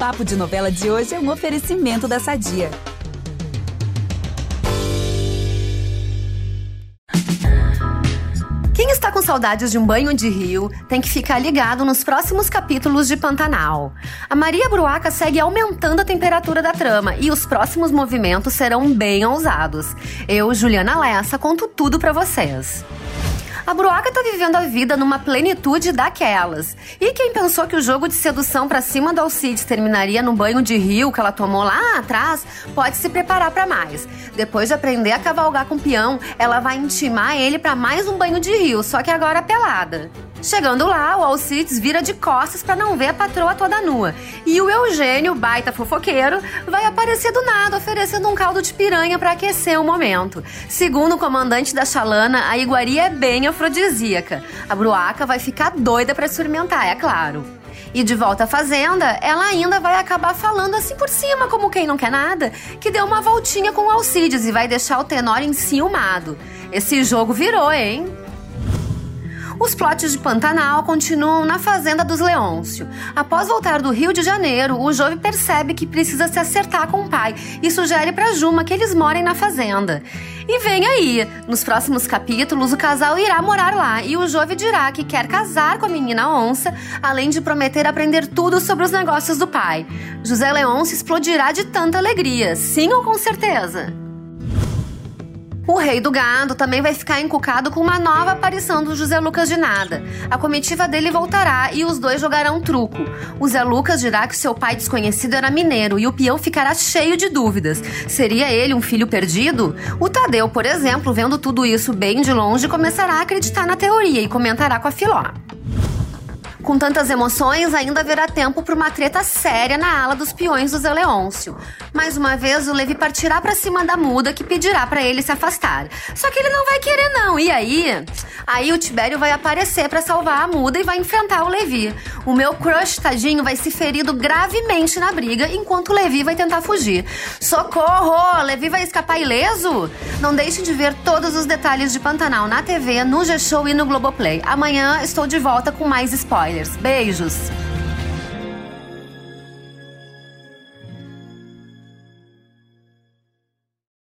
Papo de Novela de hoje é um oferecimento da Sadia. Quem está com saudades de um banho de rio tem que ficar ligado nos próximos capítulos de Pantanal. A Maria Bruaca segue aumentando a temperatura da trama e os próximos movimentos serão bem ousados. Eu, Juliana Lessa, conto tudo pra vocês. A Bruaca tá vivendo a vida numa plenitude daquelas. E quem pensou que o jogo de sedução pra cima do Alcides terminaria no banho de rio que ela tomou lá atrás, pode se preparar pra mais. Depois de aprender a cavalgar com o peão, ela vai intimar ele pra mais um banho de rio, só que agora pelada. Chegando lá, o Alcides vira de costas pra não ver a patroa toda nua. E o Eugênio, baita fofoqueiro, vai aparecer do nada oferecendo um caldo de piranha pra aquecer o momento. Segundo o comandante da Chalana, a iguaria é bem afrodisíaca. A Bruaca vai ficar doida pra experimentar, é claro. E de volta à fazenda, ela ainda vai acabar falando assim por cima, como quem não quer nada, que deu uma voltinha com o Alcides e vai deixar o Tenório enciumado. Esse jogo virou, hein? Os plots de Pantanal continuam na fazenda dos Leôncio. Após voltar do Rio de Janeiro, o Jove percebe que precisa se acertar com o pai e sugere pra Juma que eles morem na fazenda. E vem aí, nos próximos capítulos o casal irá morar lá e o Jove dirá que quer casar com a menina onça, além de prometer aprender tudo sobre os negócios do pai. José Leôncio explodirá de tanta alegria, sim ou com certeza? O Rei do Gado também vai ficar encucado com uma nova aparição do José Lucas de Nada. A comitiva dele voltará e os dois jogarão truco. O Zé Lucas dirá que seu pai desconhecido era mineiro e o peão ficará cheio de dúvidas. Seria ele um filho perdido? O Tadeu, por exemplo, vendo tudo isso bem de longe, começará a acreditar na teoria e comentará com a Filó. Com tantas emoções, ainda haverá tempo para uma treta séria na ala dos peões do Zé Leôncio. Mais uma vez, o Levi partirá para cima da muda, que pedirá para ele se afastar. Só que ele não vai querer não, e aí? Aí o Tibério vai aparecer para salvar a muda e vai enfrentar o Levi. O meu crush, tadinho, vai se ferido gravemente na briga, enquanto o Levi vai tentar fugir. Socorro! Levi vai escapar ileso? Não deixe de ver todos os detalhes de Pantanal na TV, no G-Show e no Globoplay. Amanhã estou de volta com mais spoilers. Beijos!